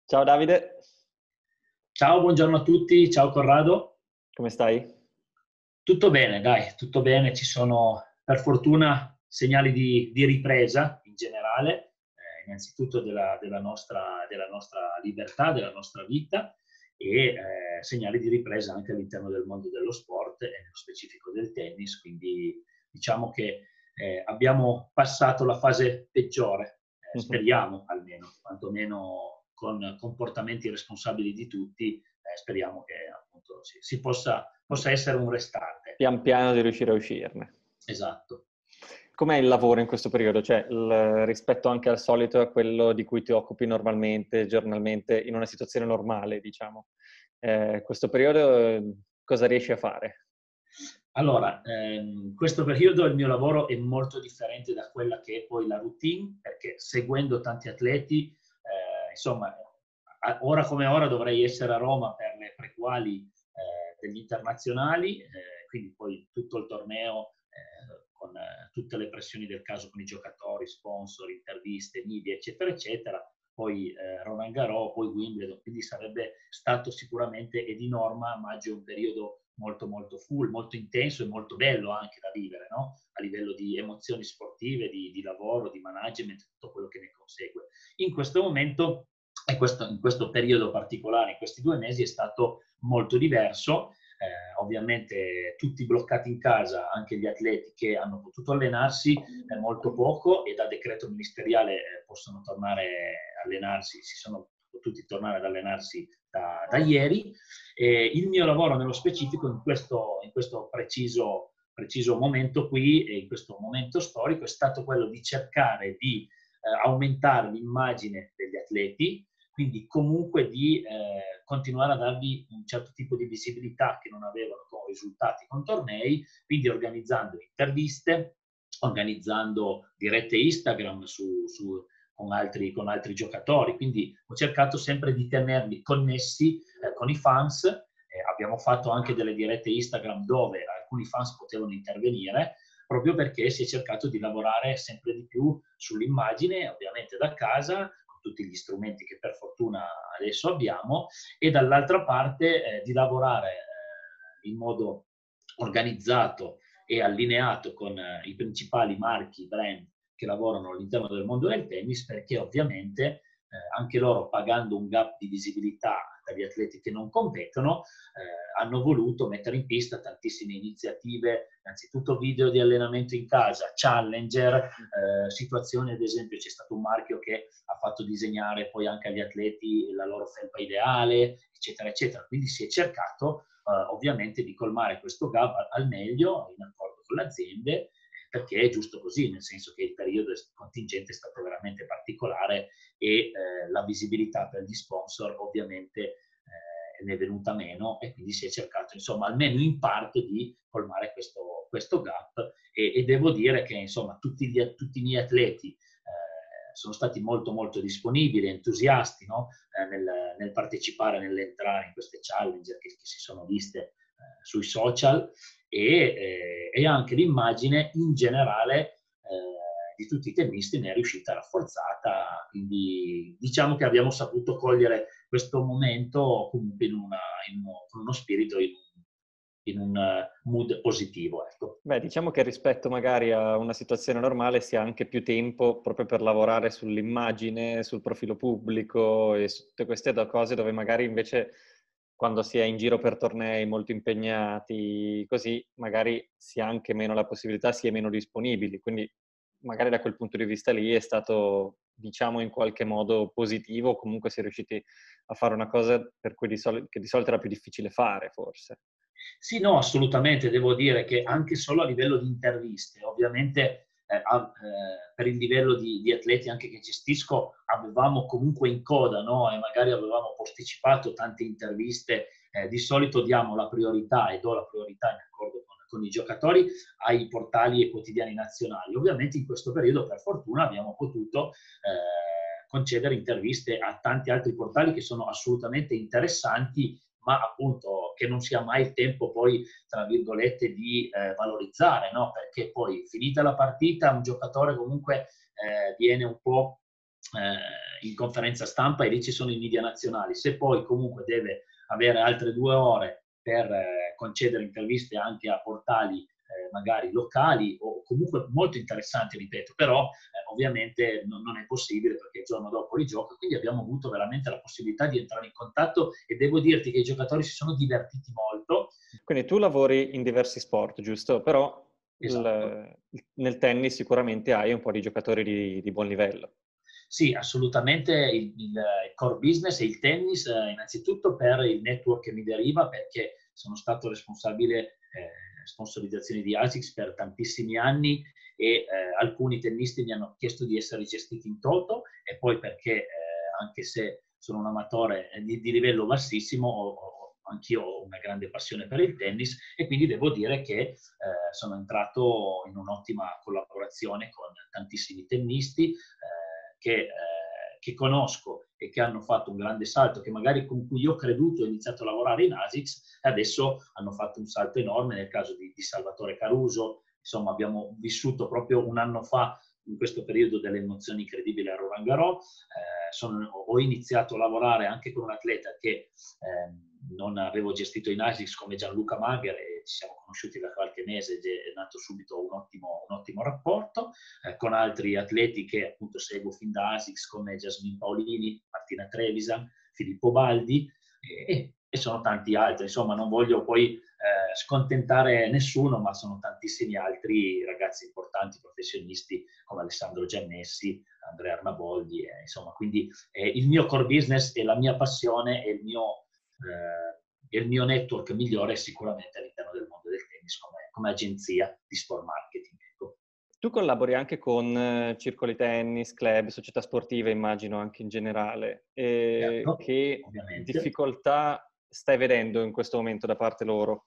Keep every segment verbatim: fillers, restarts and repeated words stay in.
Ciao Davide, Ciao, buongiorno a tutti, ciao Corrado. come stai? Tutto bene, dai, tutto bene. Ci sono per fortuna segnali di, di ripresa in generale, eh, innanzitutto della, della nostra, della nostra libertà, della nostra vita e eh, segnali di ripresa anche all'interno del mondo dello sport e nello specifico del tennis. Quindi diciamo che eh, abbiamo passato la fase peggiore, eh, speriamo almeno, quantomeno con comportamenti responsabili di tutti, eh, speriamo che appunto si, si possa, possa essere un restart. Ecco. Pian piano di riuscire a uscirne. Esatto. Com'è il lavoro in questo periodo? Cioè, il- rispetto anche al solito a quello di cui ti occupi normalmente, giornalmente, in una situazione normale, diciamo. Eh, questo periodo eh, cosa riesci a fare? Allora, ehm, questo periodo il mio lavoro è molto differente da quella che è poi la routine, perché seguendo tanti atleti, eh, insomma, a- ora come ora dovrei essere a Roma per le prequali eh, degli internazionali, eh, quindi poi tutto il torneo eh, con eh, tutte le pressioni del caso con i giocatori, sponsor, interviste, media, eccetera, eccetera. Poi eh, Roland Garros, poi Wimbledon, quindi sarebbe stato sicuramente e di norma a maggio un periodo molto molto full, molto intenso e molto bello anche da vivere, no? A livello di emozioni sportive, di, di lavoro, di management, tutto quello che ne consegue. In questo momento, e questo, in questo periodo particolare, in questi due mesi, è stato molto diverso. Eh, ovviamente tutti bloccati in casa, anche gli atleti che hanno potuto allenarsi eh, molto poco e da decreto ministeriale eh, possono tornare a allenarsi, si sono potuti tornare ad allenarsi da, da ieri. Eh, il mio lavoro nello specifico in questo, in questo preciso, preciso momento qui e in questo momento storico è stato quello di cercare di eh, aumentare l'immagine degli atleti, quindi comunque di eh, continuare a dargli un certo tipo di visibilità che non avevano con risultati con tornei, quindi organizzando interviste, organizzando dirette Instagram su, su, con, altri, con altri giocatori, quindi ho cercato sempre di tenerli connessi eh, con i fans. Eh, abbiamo fatto anche delle dirette Instagram dove alcuni fans potevano intervenire, proprio perché si è cercato di lavorare sempre di più sull'immagine, ovviamente da casa, con tutti gli strumenti che per fortuna adesso abbiamo, e dall'altra parte eh, di lavorare eh, in modo organizzato e allineato con eh, i principali marchi, brand che lavorano all'interno del mondo del tennis, perché ovviamente eh, anche loro, pagando un gap di visibilità dagli atleti che non competono, eh, hanno voluto mettere in pista tantissime iniziative, innanzitutto video di allenamento in casa, challenger, eh, situazioni, ad esempio c'è stato un marchio che ha fatto disegnare poi anche agli atleti la loro felpa ideale, eccetera, eccetera. Quindi si è cercato eh, ovviamente di colmare questo gap al meglio in accordo con le aziende, perché è giusto così, nel senso che il periodo contingente è stato veramente particolare e eh, la visibilità per gli sponsor ovviamente eh, ne è venuta meno e quindi si è cercato insomma almeno in parte di colmare questo, questo gap e, e devo dire che insomma tutti, gli, tutti i miei atleti eh, sono stati molto molto disponibili, entusiasti, no? eh, nel, nel partecipare, nell'entrare in queste challenge che, che si sono viste eh, sui social e, eh, e anche l'immagine in generale eh, di tutti i tennisti ne è riuscita rafforzata, quindi diciamo che abbiamo saputo cogliere questo momento comunque in una, in uno, con uno spirito, in un, in un uh, mood positivo. Ecco. Beh, diciamo che rispetto magari a una situazione normale si ha anche più tempo proprio per lavorare sull'immagine, sul profilo pubblico e su tutte queste cose dove magari invece quando si è in giro per tornei molto impegnati, così magari si ha anche meno la possibilità, si è meno disponibili. Quindi magari da quel punto di vista lì è stato, diciamo, in qualche modo positivo, comunque si è riusciti a fare una cosa per cui di soli- che di solito era più difficile fare, forse. Sì, no, assolutamente, devo dire che anche solo a livello di interviste, ovviamente eh, a, eh, per il livello di, di, atleti anche che gestisco, avevamo comunque in coda, no? E magari avevamo posticipato tante interviste, eh, di solito diamo la priorità e do la priorità in accordo con, con i giocatori ai portali e quotidiani nazionali. Ovviamente in questo periodo, per fortuna, abbiamo potuto eh, concedere interviste a tanti altri portali che sono assolutamente interessanti, ma appunto che non sia mai il tempo poi, tra virgolette, di eh, valorizzare, no? Perché poi finita la partita un giocatore comunque eh, viene un po' eh, in conferenza stampa e lì ci sono i media nazionali. Se poi comunque deve avere altre due ore per eh, concedere interviste anche a portali eh, magari locali o comunque molto interessanti, ripeto, però eh, ovviamente non, non è possibile perché il giorno dopo rigioca, quindi abbiamo avuto veramente la possibilità di entrare in contatto e devo dirti che i giocatori si sono divertiti molto. Quindi tu lavori in diversi sport, giusto? Però Esatto. il, nel tennis sicuramente hai un po' di giocatori di, di buon livello. Sì, assolutamente il, il core business è il tennis, eh, innanzitutto per il network che mi deriva, perché sono stato responsabile eh, sponsorizzazione di ASICS per tantissimi anni e eh, alcuni tennisti mi hanno chiesto di essere gestiti in toto e poi perché eh, anche se sono un amatore di, di livello bassissimo ho, ho, anch'io ho una grande passione per il tennis e quindi devo dire che eh, sono entrato in un'ottima collaborazione con tantissimi tennisti eh, Che, eh, che conosco e che hanno fatto un grande salto, che magari con cui io ho creduto e ho iniziato a lavorare in ASICS e adesso hanno fatto un salto enorme nel caso di, di Salvatore Caruso. Insomma, abbiamo vissuto proprio un anno fa in questo periodo delle emozioni incredibili a Roland Garros. Eh, sono, ho iniziato a lavorare anche con un atleta che eh, non avevo gestito in ASICS come Gianluca Magher e ci siamo conosciuti da qualche mese ed è nato subito un ottimo, un ottimo rapporto, eh, con altri atleti che appunto seguo fin da ASICS come Jasmine Paolini, Martina Trevisan, Filippo Baldi e, e sono tanti altri. Insomma, non voglio poi eh, scontentare nessuno, ma sono tantissimi altri ragazzi importanti, professionisti come Alessandro Giannessi, Andrea Arnaboldi, eh, insomma, quindi eh, il mio core business e la mia passione e il mio Eh, il mio network migliore è sicuramente all'interno del mondo del tennis come, come agenzia di sport marketing. Ecco. Tu collabori anche con eh, circoli tennis, club, società sportive, immagino anche in generale. E Certo, che ovviamente. difficoltà stai vedendo in questo momento da parte loro?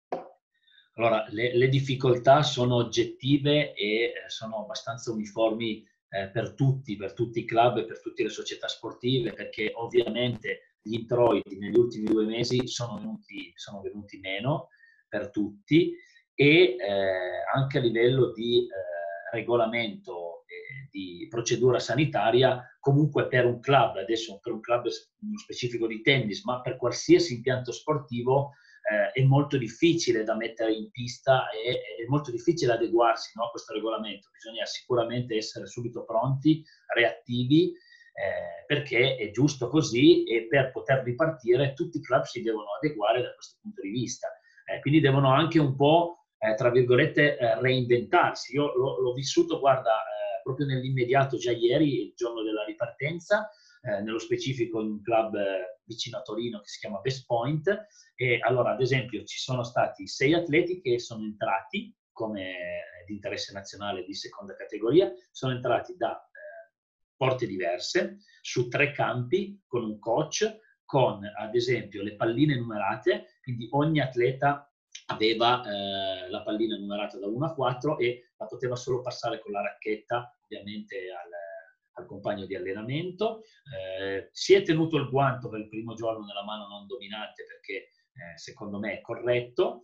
Allora, le, le difficoltà sono oggettive e eh, sono abbastanza uniformi eh, per tutti, per tutti i club e per tutte le società sportive, perché ovviamente gli introiti negli ultimi due mesi sono venuti, sono venuti meno per tutti e eh, anche a livello di eh, regolamento e di procedura sanitaria, comunque per un club, adesso per un club specifico di tennis, ma per qualsiasi impianto sportivo, Eh, è molto difficile da mettere in pista e è molto difficile adeguarsi, no, a questo regolamento. Bisogna sicuramente essere subito pronti, reattivi, eh, perché è giusto così e per poter ripartire tutti i club si devono adeguare da questo punto di vista. Eh, quindi devono anche un po', eh, tra virgolette, eh, reinventarsi. Io l'ho, l'ho vissuto, guarda, eh, proprio nell'immediato, già ieri, il giorno della ripartenza, eh, nello specifico in un club eh, vicino a Torino che si chiama Best Point. E allora, ad esempio, ci sono stati sei atleti che sono entrati come di interesse nazionale di seconda categoria, sono entrati da eh, porte diverse, su tre campi, con un coach, con ad esempio le palline numerate, quindi ogni atleta aveva eh, la pallina numerata da uno a quattro e la poteva solo passare con la racchetta, ovviamente al, al compagno di allenamento. Eh, si è tenuto il guanto per il primo giorno nella mano non dominante perché eh, secondo me è corretto.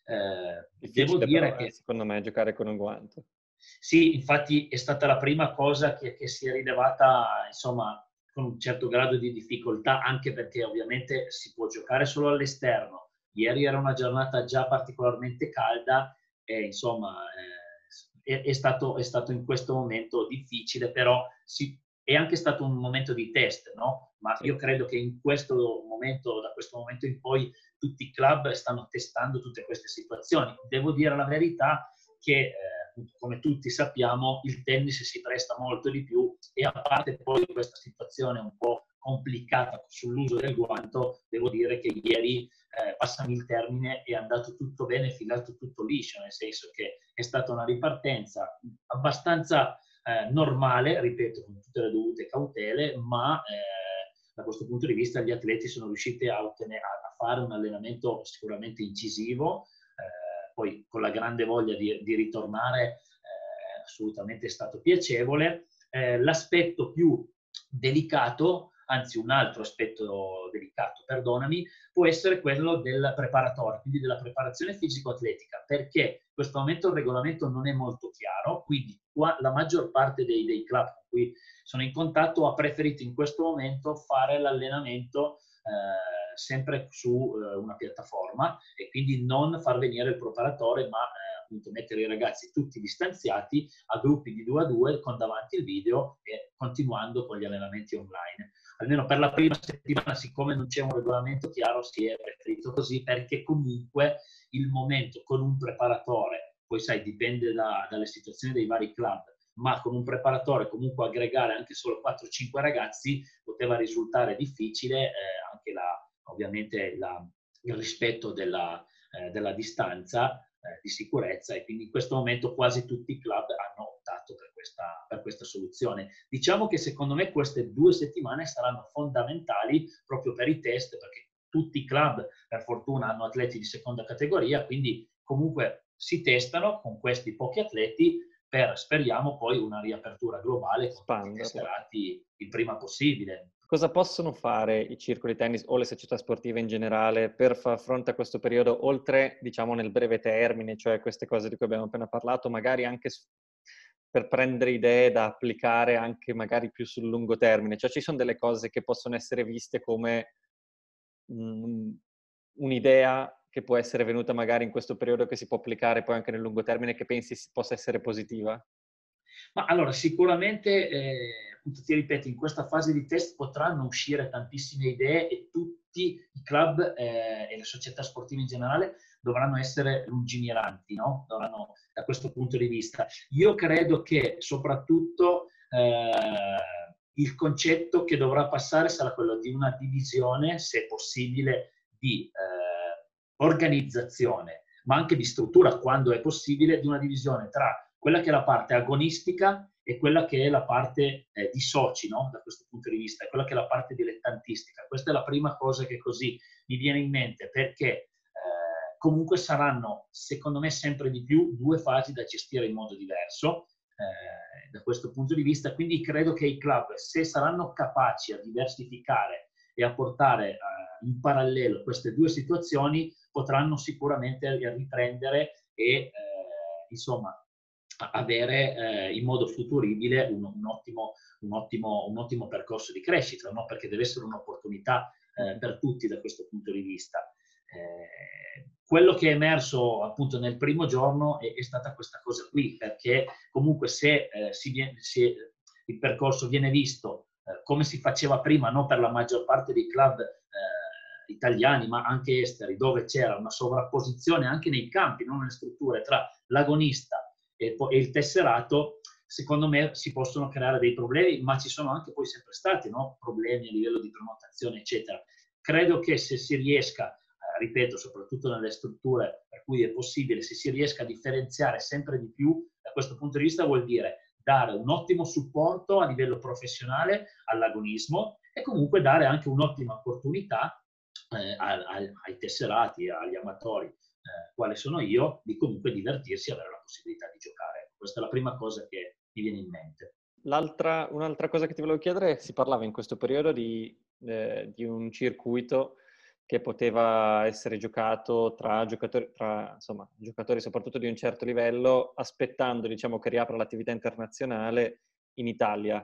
Eh, devo Difficile dire però, eh, che secondo me, giocare con un guanto. sì, infatti è stata la prima cosa che, che si è rilevata, insomma, con un certo grado di difficoltà, anche perché ovviamente si può giocare solo all'esterno. Ieri era una giornata già particolarmente calda e insomma eh, è, è, stato, è stato in questo momento difficile, però si, è anche stato un momento di test, no? Ma Sì. io credo che in questo momento, da questo momento in poi, tutti i club stanno testando tutte queste situazioni. Devo dire la verità che, eh, come tutti sappiamo, il tennis si presta molto di più e a parte poi questa situazione un po' complicata sull'uso del guanto, devo dire che ieri, eh, passami il termine, è andato tutto bene, filato tutto liscio, nel senso che è stata una ripartenza abbastanza eh, normale, ripeto, con tutte le dovute cautele, ma eh, da questo punto di vista gli atleti sono riusciti a, ottenere, a fare un allenamento sicuramente incisivo, eh, poi con la grande voglia di, di ritornare, eh, assolutamente è stato piacevole. Eh, l'aspetto più delicato, anzi un altro aspetto delicato, perdonami, può essere quello del preparatore, quindi della preparazione fisico-atletica, perché in questo momento il regolamento non è molto chiaro, quindi qua, la maggior parte dei, dei club con cui sono in contatto ha preferito in questo momento fare l'allenamento eh, sempre su eh, una piattaforma e quindi non far venire il preparatore, ma eh, appunto mettere i ragazzi tutti distanziati a gruppi di due a due con davanti il video e continuando con gli allenamenti online. Almeno per la prima settimana, siccome non c'è un regolamento chiaro, si è preferito così, perché comunque il momento con un preparatore, poi sai, dipende da, dalle situazioni dei vari club, ma con un preparatore comunque aggregare anche solo quattro cinque ragazzi poteva risultare difficile, eh, anche la, ovviamente la, il rispetto della, eh, della distanza eh, di sicurezza, e quindi in questo momento quasi tutti i club hanno optato per questa, per questa soluzione. Diciamo che secondo me queste due settimane saranno fondamentali proprio per i test, perché tutti i club per fortuna hanno atleti di seconda categoria, quindi comunque si testano con questi pochi atleti per, speriamo, poi una riapertura globale con tutti i tesserati il prima possibile. Cosa possono fare i circoli tennis o le società sportive in generale per far fronte a questo periodo, oltre, diciamo, nel breve termine, cioè queste cose di cui abbiamo appena parlato, magari anche per prendere idee da applicare anche magari più sul lungo termine? Cioè ci sono delle cose che possono essere viste come mh, un'idea che può essere venuta magari in questo periodo che si può applicare poi anche nel lungo termine, che pensi possa essere positiva? Ma allora, sicuramente, eh, appunto, ti ripeto, in questa fase di test potranno uscire tantissime idee e tutti i club eh, e le società sportive in generale dovranno essere lungimiranti, no? Dovranno, da questo punto di vista. Io credo che soprattutto eh, il concetto che dovrà passare sarà quello di una divisione, se possibile, di eh, organizzazione, ma anche di struttura, quando è possibile, di una divisione tra quella che è la parte agonistica e quella che è la parte eh, di soci, no? Da questo punto di vista, è quella che è la parte dilettantistica. Questa è la prima cosa che così mi viene in mente, perché eh, comunque saranno, secondo me, sempre di più due fasi da gestire in modo diverso eh, da questo punto di vista. Quindi credo che i club, se saranno capaci a diversificare e a portare eh, in parallelo queste due situazioni, potranno sicuramente riprendere e eh, insomma avere eh, in modo futuribile un, un, ottimo, un, ottimo, un ottimo percorso di crescita, no? Perché deve essere un'opportunità eh, per tutti da questo punto di vista. Eh, quello che è emerso appunto nel primo giorno è, è stata questa cosa qui, perché comunque se, eh, si viene, se il percorso viene visto eh, come si faceva prima, no? Per la maggior parte dei club eh, italiani, ma anche esteri, dove c'era una sovrapposizione anche nei campi, non nelle strutture, tra l'agonista e il tesserato, secondo me si possono creare dei problemi, ma ci sono anche poi sempre stati, no? Problemi a livello di prenotazione, eccetera. Credo che se si riesca, eh, ripeto, soprattutto nelle strutture per cui è possibile, se si riesca a differenziare sempre di più, da questo punto di vista vuol dire dare un ottimo supporto a livello professionale all'agonismo e comunque dare anche un'ottima opportunità eh, ai, ai tesserati, agli amatori, Eh, quale sono io, di comunque divertirsi e avere la possibilità di giocare. Questa è la prima cosa che mi viene in mente. L'altra, un'altra cosa che ti volevo chiedere, si parlava in questo periodo di, eh, di un circuito che poteva essere giocato tra giocatori, tra, insomma, giocatori soprattutto di un certo livello, aspettando, diciamo, che riapra l'attività internazionale in Italia.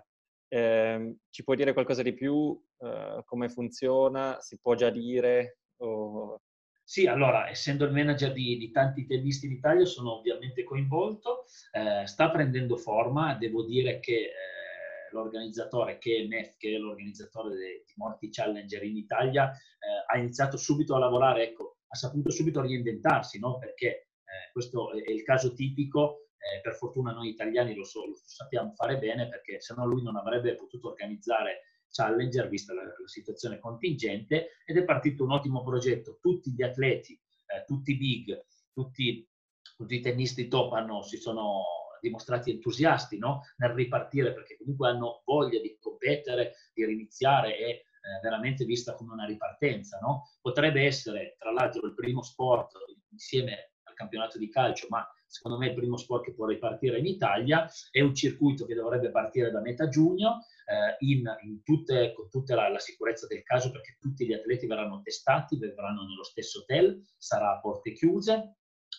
Eh, ci puoi dire qualcosa di più? Eh, come funziona? Si può già dire? O... Sì, allora, essendo il manager di, di tanti tennisti in Italia, sono ovviamente coinvolto, eh, sta prendendo forma, devo dire che eh, l'organizzatore, che è M E F, che è l'organizzatore dei, di molti challenger in Italia, eh, ha iniziato subito a lavorare, ecco, ha saputo subito reinventarsi, no? Perché eh, questo è il caso tipico, eh, per fortuna noi italiani lo, so, lo sappiamo fare bene, perché se no lui non avrebbe potuto organizzare Challenger, vista la, la situazione contingente, ed è partito un ottimo progetto. Tutti gli atleti, eh, tutti i big, tutti, tutti i tennisti top hanno, si sono dimostrati entusiasti, no? Nel ripartire, perché comunque hanno voglia di competere, di riniziare, e eh, veramente vista come una ripartenza, no? Potrebbe essere, tra l'altro, il primo sport insieme al campionato di calcio, ma secondo me è il primo sport che può ripartire in Italia. È un circuito che dovrebbe partire da metà giugno, eh, in, in tutte, con tutta la, la sicurezza del caso, perché tutti gli atleti verranno testati, verranno nello stesso hotel, sarà a porte chiuse,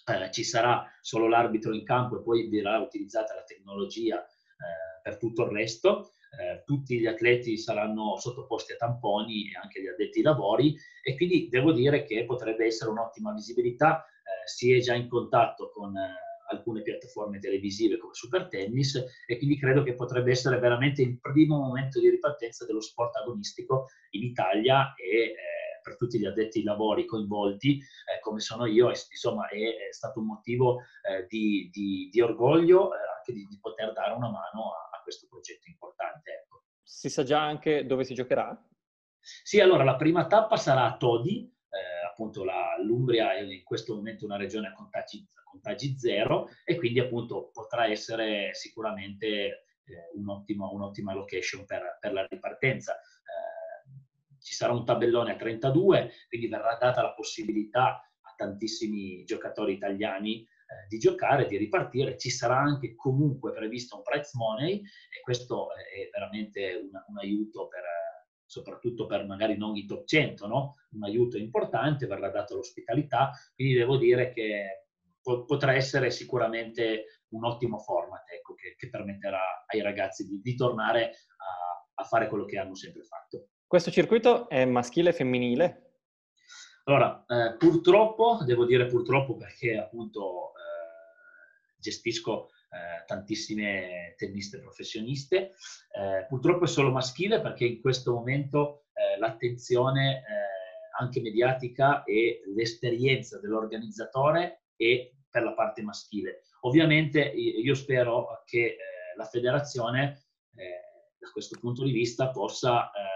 eh, ci sarà solo l'arbitro in campo e poi verrà utilizzata la tecnologia eh, per tutto il resto. Eh, tutti gli atleti saranno sottoposti a tamponi e anche gli addetti ai lavori, e quindi devo dire che potrebbe essere un'ottima visibilità. Eh, si è già in contatto con eh, alcune piattaforme televisive come Super Tennis, e quindi credo che potrebbe essere veramente il primo momento di ripartenza dello sport agonistico in Italia, e eh, per tutti gli addetti ai lavori coinvolti, eh, come sono io, insomma è, è stato un motivo eh, di, di, di orgoglio, eh, anche di, di poter dare una mano a, a questo progetto importante. Ecco. Si sa già anche dove si giocherà? Sì, allora la prima tappa sarà a Todi, eh, appunto la, l'Umbria è in questo momento una regione a contagi, a contagi zero, e quindi appunto potrà essere sicuramente eh, un'ottima, un'ottima location per, per la ripartenza. Eh, ci sarà un tabellone a trentadue, quindi verrà data la possibilità a tantissimi giocatori italiani eh, di giocare, di ripartire. Ci sarà anche comunque previsto un prize money, e questo è veramente un, un aiuto per soprattutto per magari non i top cento, no? Un aiuto importante, verrà data l'ospitalità, quindi devo dire che po- potrà essere sicuramente un ottimo format, ecco, che, che permetterà ai ragazzi di, di tornare a, a fare quello che hanno sempre fatto. Questo circuito è maschile e femminile? Allora, eh, purtroppo, devo dire purtroppo perché appunto eh, gestisco eh, tantissime tenniste professioniste, eh, purtroppo è solo maschile, perché in questo momento eh, l'attenzione eh, anche mediatica e l'esperienza dell'organizzatore è per la parte maschile. Ovviamente io spero che eh, la federazione eh, da questo punto di vista possa eh,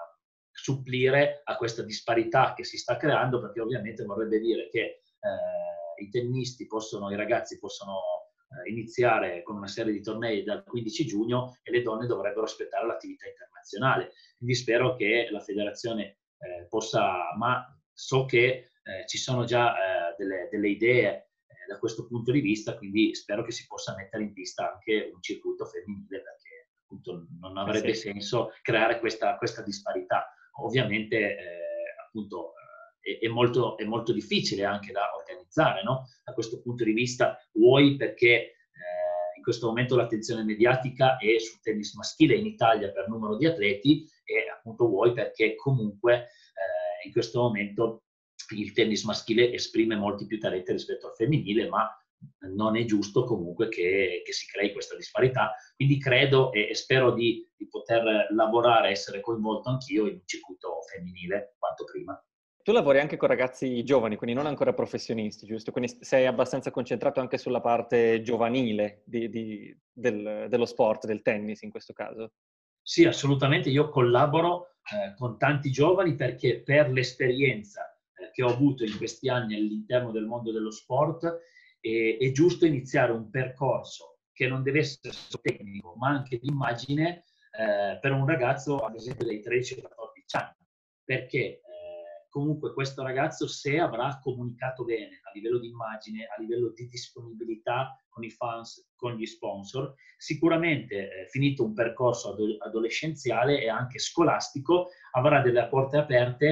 supplire a questa disparità che si sta creando, perché ovviamente vorrebbe dire che eh, i tennisti possono, i ragazzi possono eh, iniziare con una serie di tornei dal quindici giugno, e le donne dovrebbero aspettare l'attività internazionale. Quindi spero che la federazione eh, possa, ma so che eh, ci sono già eh, delle, delle idee eh, da questo punto di vista, quindi spero che si possa mettere in pista anche un circuito femminile, perché appunto non avrebbe Eh sì. senso creare questa, questa disparità. Ovviamente eh, appunto eh, è, è, molto, è molto difficile anche da organizzare, no? Da questo punto di vista, vuoi perché eh, in questo momento l'attenzione mediatica è sul tennis maschile in Italia per numero di atleti, e appunto vuoi perché comunque eh, in questo momento il tennis maschile esprime molti più talenti rispetto al femminile, ma non è giusto comunque che, che si crei questa disparità. Quindi credo e, e spero di, di poter lavorare, essere coinvolto anch'io in un circuito femminile quanto prima. Tu lavori anche con ragazzi giovani, quindi non ancora professionisti, giusto? Quindi sei abbastanza concentrato anche sulla parte giovanile di, di, del, dello sport, del tennis in questo caso? Sì, assolutamente. Io collaboro eh, con tanti giovani, perché per l'esperienza eh, che ho avuto in questi anni all'interno del mondo dello sport eh, è giusto iniziare un percorso che non deve essere solo tecnico, ma anche di immagine eh, per un ragazzo, ad esempio, dai tredici ai quattordici anni, perché eh, comunque questo ragazzo, se avrà comunicato bene a livello di immagine, a livello di disponibilità con i fans, con gli sponsor, sicuramente eh, finito un percorso ado- adolescenziale e anche scolastico, avrà delle porte aperte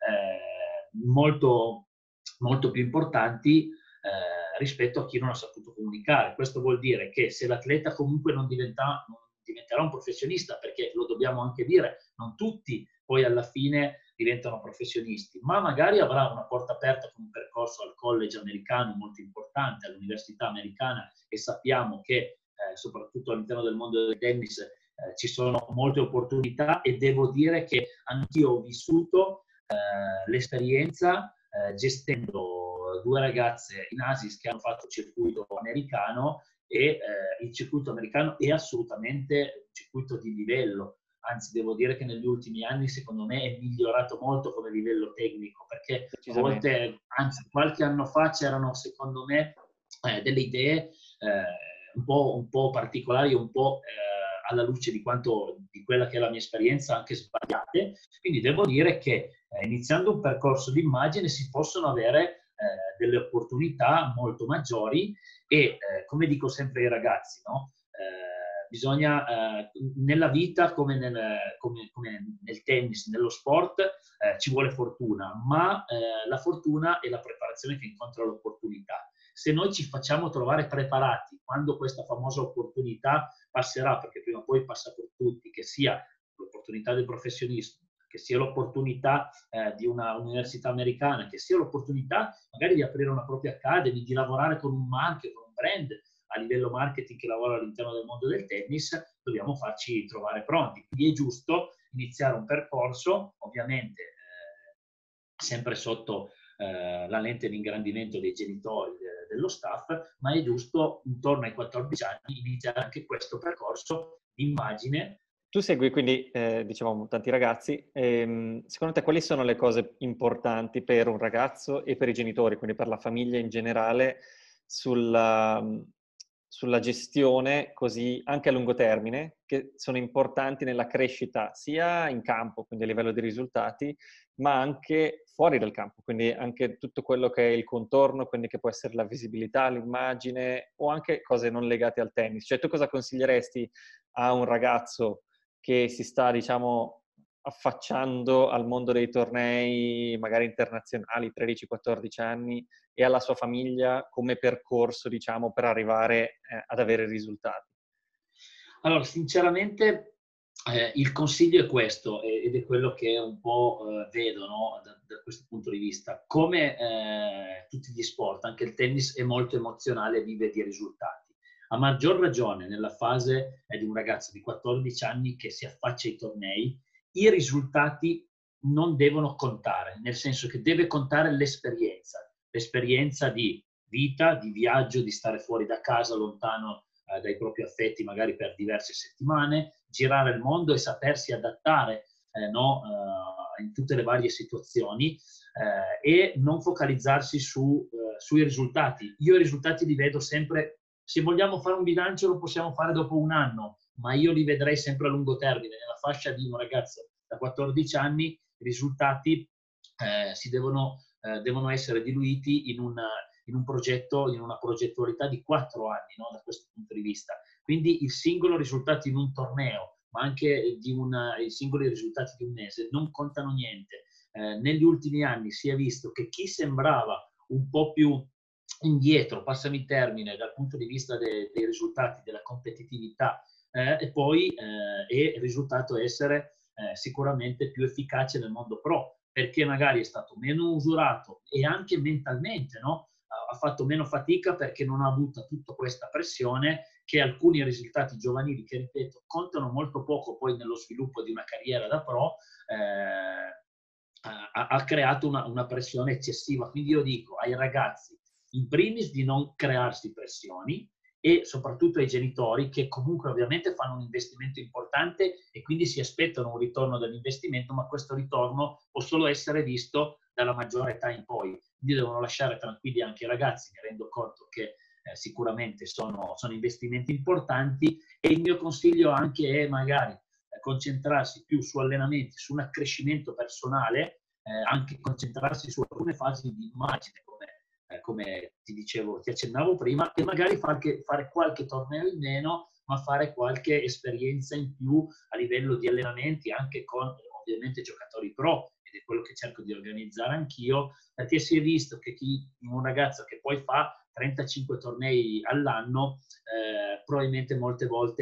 eh, molto, molto più importanti eh, rispetto a chi non ha saputo comunicare. Questo vuol dire che se l'atleta comunque non, diventa, non diventerà un professionista, perché lo dobbiamo anche dire, non tutti poi alla fine diventano professionisti, ma magari avrà una porta aperta con un percorso al college americano molto importante, all'università americana, e sappiamo che eh, soprattutto all'interno del mondo del tennis eh, ci sono molte opportunità, e devo dire che anch'io ho vissuto eh, l'esperienza eh, gestendo due ragazze in ASIS che hanno fatto il circuito americano, e eh, il circuito americano è assolutamente un circuito di livello. Anzi, devo dire che negli ultimi anni, secondo me, è migliorato molto come livello tecnico, perché a volte, anzi, qualche anno fa c'erano, secondo me, eh, delle idee eh, un po', un po' particolari, un po' eh, alla luce di quanto, di quella che è la mia esperienza, anche sbagliate. Quindi devo dire che eh, iniziando un percorso di immagine si possono avere eh, delle opportunità molto maggiori, e eh, come dico sempre ai ragazzi, no? Eh, bisogna, eh, nella vita come nel, come, come nel tennis, nello sport, eh, ci vuole fortuna, ma eh, la fortuna è la preparazione che incontra l'opportunità. se noi ci facciamo trovare preparati quando questa famosa opportunità passerà, perché prima o poi passa per tutti, che sia l'opportunità del professionismo, che sia l'opportunità eh, di una università americana, che sia l'opportunità magari di aprire una propria academy, di lavorare con un marchio, con un brand a livello marketing che lavora all'interno del mondo del tennis, dobbiamo farci trovare pronti. Quindi è giusto iniziare un percorso, ovviamente eh, sempre sotto eh, la lente di ingrandimento dei genitori, de, dello staff, ma è giusto intorno ai quattordici anni iniziare anche questo percorso di immagine. Tu segui quindi, eh, dicevamo, tanti ragazzi. Ehm, secondo te quali sono le cose importanti per un ragazzo e per i genitori, quindi per la famiglia in generale, sulla, sulla gestione così anche a lungo termine, che sono importanti nella crescita sia in campo, quindi a livello di risultati, ma anche fuori dal campo, quindi anche tutto quello che è il contorno, quindi che può essere la visibilità, l'immagine o anche cose non legate al tennis. Cioè tu cosa consiglieresti a un ragazzo che si sta, diciamo, affacciando al mondo dei tornei magari internazionali, tredici quattordici anni, e alla sua famiglia come percorso, diciamo, per arrivare eh, ad avere risultati? Allora, sinceramente, eh, il consiglio è questo, ed è quello che un po' eh, vedo, no, da, da questo punto di vista. Come eh, tutti gli sport, anche il tennis è molto emozionale e vive di risultati. A maggior ragione nella fase eh, di un ragazzo di quattordici anni che si affaccia ai tornei, i risultati non devono contare, nel senso che deve contare l'esperienza, l'esperienza di vita, di viaggio, di stare fuori da casa, lontano eh, dai propri affetti magari per diverse settimane, girare il mondo e sapersi adattare eh, no, eh, in tutte le varie situazioni eh, e non focalizzarsi su, eh, sui risultati. Io i risultati li vedo sempre, se vogliamo fare un bilancio lo possiamo fare dopo un anno, ma io li vedrei sempre a lungo termine. Nella fascia di un ragazzo da quattordici anni i risultati eh, si devono, eh, devono essere diluiti in una in un progetto, in una progettualità di quattro anni, no? Da questo punto di vista. Quindi il singolo risultato in un torneo, ma anche di una, i singoli risultati di un mese, non contano niente. Eh, negli ultimi anni si è visto che chi sembrava un po' più indietro, passami il termine, dal punto di vista de, dei risultati, della competitività, eh, e poi eh, è risultato essere eh, sicuramente più efficace nel mondo pro, perché magari è stato meno usurato e anche mentalmente, no? Ha fatto meno fatica perché non ha avuto tutta questa pressione che alcuni risultati giovanili, che ripeto, contano molto poco poi nello sviluppo di una carriera da pro, eh, ha, ha creato una, una pressione eccessiva. Quindi io dico ai ragazzi, in primis, di non crearsi pressioni e soprattutto ai genitori che comunque ovviamente fanno un investimento importante e quindi si aspettano un ritorno dall'investimento, ma questo ritorno può solo essere visto dalla maggiore età in poi. Quindi devono lasciare tranquilli anche i ragazzi, mi rendo conto che eh, sicuramente sono, sono investimenti importanti e il mio consiglio anche è magari eh, concentrarsi più su allenamenti, su un accrescimento personale, eh, anche concentrarsi su alcune fasi di immagine, come, eh, come ti dicevo, ti accennavo prima, e magari fare, fare qualche torneo in meno, ma fare qualche esperienza in più a livello di allenamenti, anche con ovviamente giocatori pro, ed è quello che cerco di organizzare anch'io, perché si è visto che chi, un ragazzo che poi fa trentacinque tornei all'anno, eh, probabilmente molte volte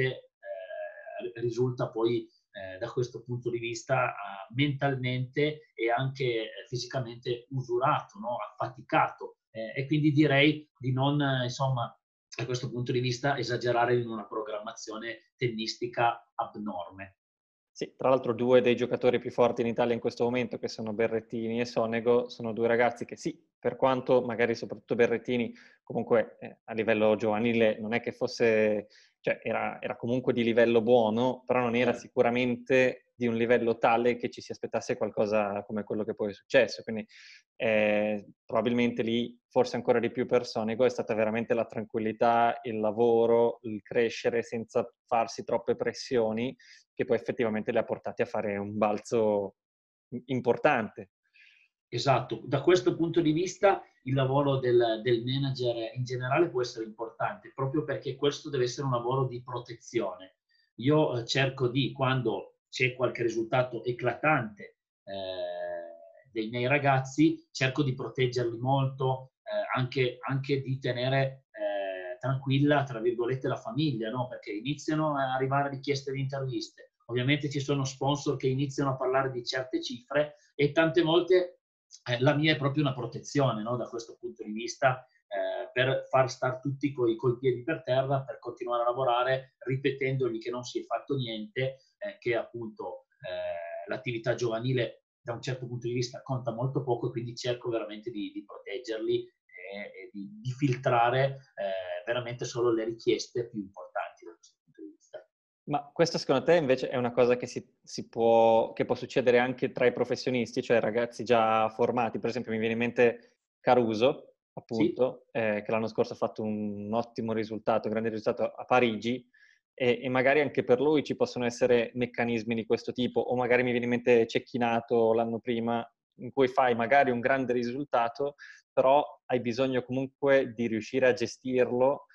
eh, risulta poi eh, da questo punto di vista eh, mentalmente e anche eh, fisicamente usurato, no? Affaticato. Eh, e quindi direi di non, eh, insomma, da questo punto di vista, esagerare in una programmazione tennistica abnorme. Sì, tra l'altro due dei giocatori più forti in Italia in questo momento, che sono Berrettini e Sonego, sono due ragazzi che sì, per quanto magari soprattutto Berrettini comunque eh, a livello giovanile non è che fosse, cioè era, era comunque di livello buono, però non era sicuramente di un livello tale che ci si aspettasse qualcosa come quello che poi è successo. Quindi eh, probabilmente lì, forse ancora di più per Sonego, è stata veramente la tranquillità, il lavoro, il crescere senza farsi troppe pressioni, che poi effettivamente li ha portati a fare un balzo importante. Esatto, da questo punto di vista il lavoro del, del manager in generale può essere importante, proprio perché questo deve essere un lavoro di protezione. Io eh, cerco di, quando c'è qualche risultato eclatante eh, dei miei ragazzi, cerco di proteggerli molto, eh, anche, anche di tenere eh, tranquilla, tra virgolette, la famiglia, no? Perché iniziano a arrivare richieste di interviste. Ovviamente ci sono sponsor che iniziano a parlare di certe cifre e tante volte eh, la mia è proprio una protezione, no? Da questo punto di vista, eh, per far star tutti coi, coi piedi per terra, per continuare a lavorare, ripetendogli che non si è fatto niente, eh, che appunto eh, l'attività giovanile da un certo punto di vista conta molto poco, e quindi cerco veramente di, di proteggerli e, e di, di filtrare eh, veramente solo le richieste più importanti da questo punto di vista. Ma questo secondo te invece è una cosa che, si, si può, che può succedere anche tra i professionisti, cioè ragazzi già formati? Per esempio mi viene in mente Caruso, Sì, appunto, eh, che l'anno scorso ha fatto un ottimo risultato, un grande risultato a Parigi, e, e magari anche per lui ci possono essere meccanismi di questo tipo, o magari mi viene in mente Cecchinato l'anno prima, in cui fai magari un grande risultato, però hai bisogno comunque di riuscire a gestirlo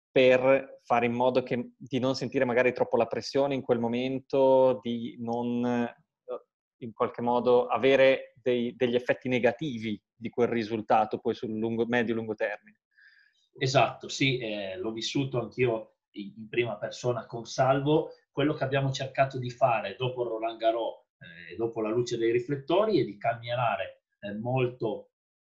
per fare in modo che, di non sentire magari troppo la pressione in quel momento, di non eh, in qualche modo avere dei, degli effetti negativi di quel risultato poi sul lungo, medio-lungo termine. esatto, sì, eh, l'ho vissuto anch'io in, in prima persona con Salvo. Quello che abbiamo cercato di fare dopo Roland Garros, eh, dopo la luce dei riflettori, è di cammierare eh, molto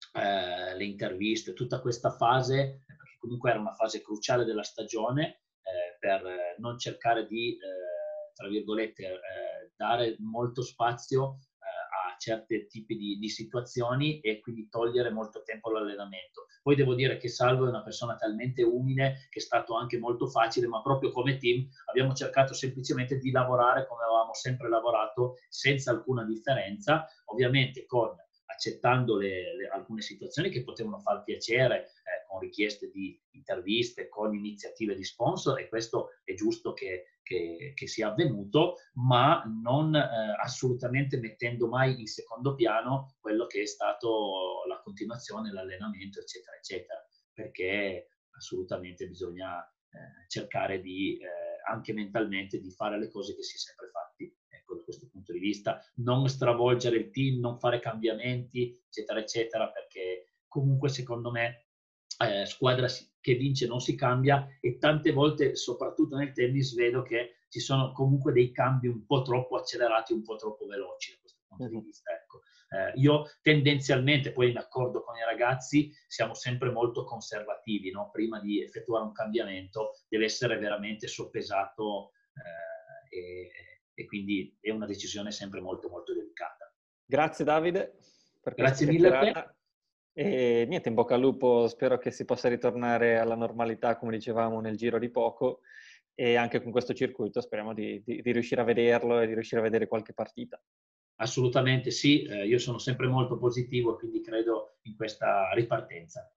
eh, le interviste, tutta questa fase, eh, perché comunque era una fase cruciale della stagione, eh, per eh, non cercare di, eh, tra virgolette, eh, dare molto spazio eh, a certi tipi di, di situazioni e quindi togliere molto tempo all'allenamento. Poi devo dire che Salvo è una persona talmente umile che è stato anche molto facile, ma proprio come team abbiamo cercato semplicemente di lavorare come avevamo sempre lavorato, senza alcuna differenza, ovviamente con accettando le, le, alcune situazioni che potevano far piacere, eh, con richieste di interviste, con iniziative di sponsor, e questo è giusto che, che, che sia avvenuto, ma non eh, assolutamente mettendo mai in secondo piano quello che è stato la continuazione, l'allenamento, eccetera, eccetera, perché assolutamente bisogna eh, cercare di, eh, anche mentalmente, di fare le cose che si è sempre fatti. Ecco, da questo punto di vista, non stravolgere il team, non fare cambiamenti, eccetera, eccetera, perché comunque secondo me eh, squadra che vince non si cambia, e tante volte, soprattutto nel tennis, vedo che ci sono comunque dei cambi un po' troppo accelerati, un po' troppo veloci da questo punto di vista. Ecco. Eh, io tendenzialmente, poi in accordo con i ragazzi, siamo sempre molto conservativi, no? Prima di effettuare un cambiamento deve essere veramente soppesato eh, e, e quindi è una decisione sempre molto molto delicata. Grazie Davide per questa Grazie mille a te. chiacchierata e niente, in bocca al lupo, spero che si possa ritornare alla normalità come dicevamo nel giro di poco, e anche con questo circuito speriamo di, di, di riuscire a vederlo e di riuscire a vedere qualche partita. Assolutamente sì, eh, io sono sempre molto positivo e quindi credo in questa ripartenza.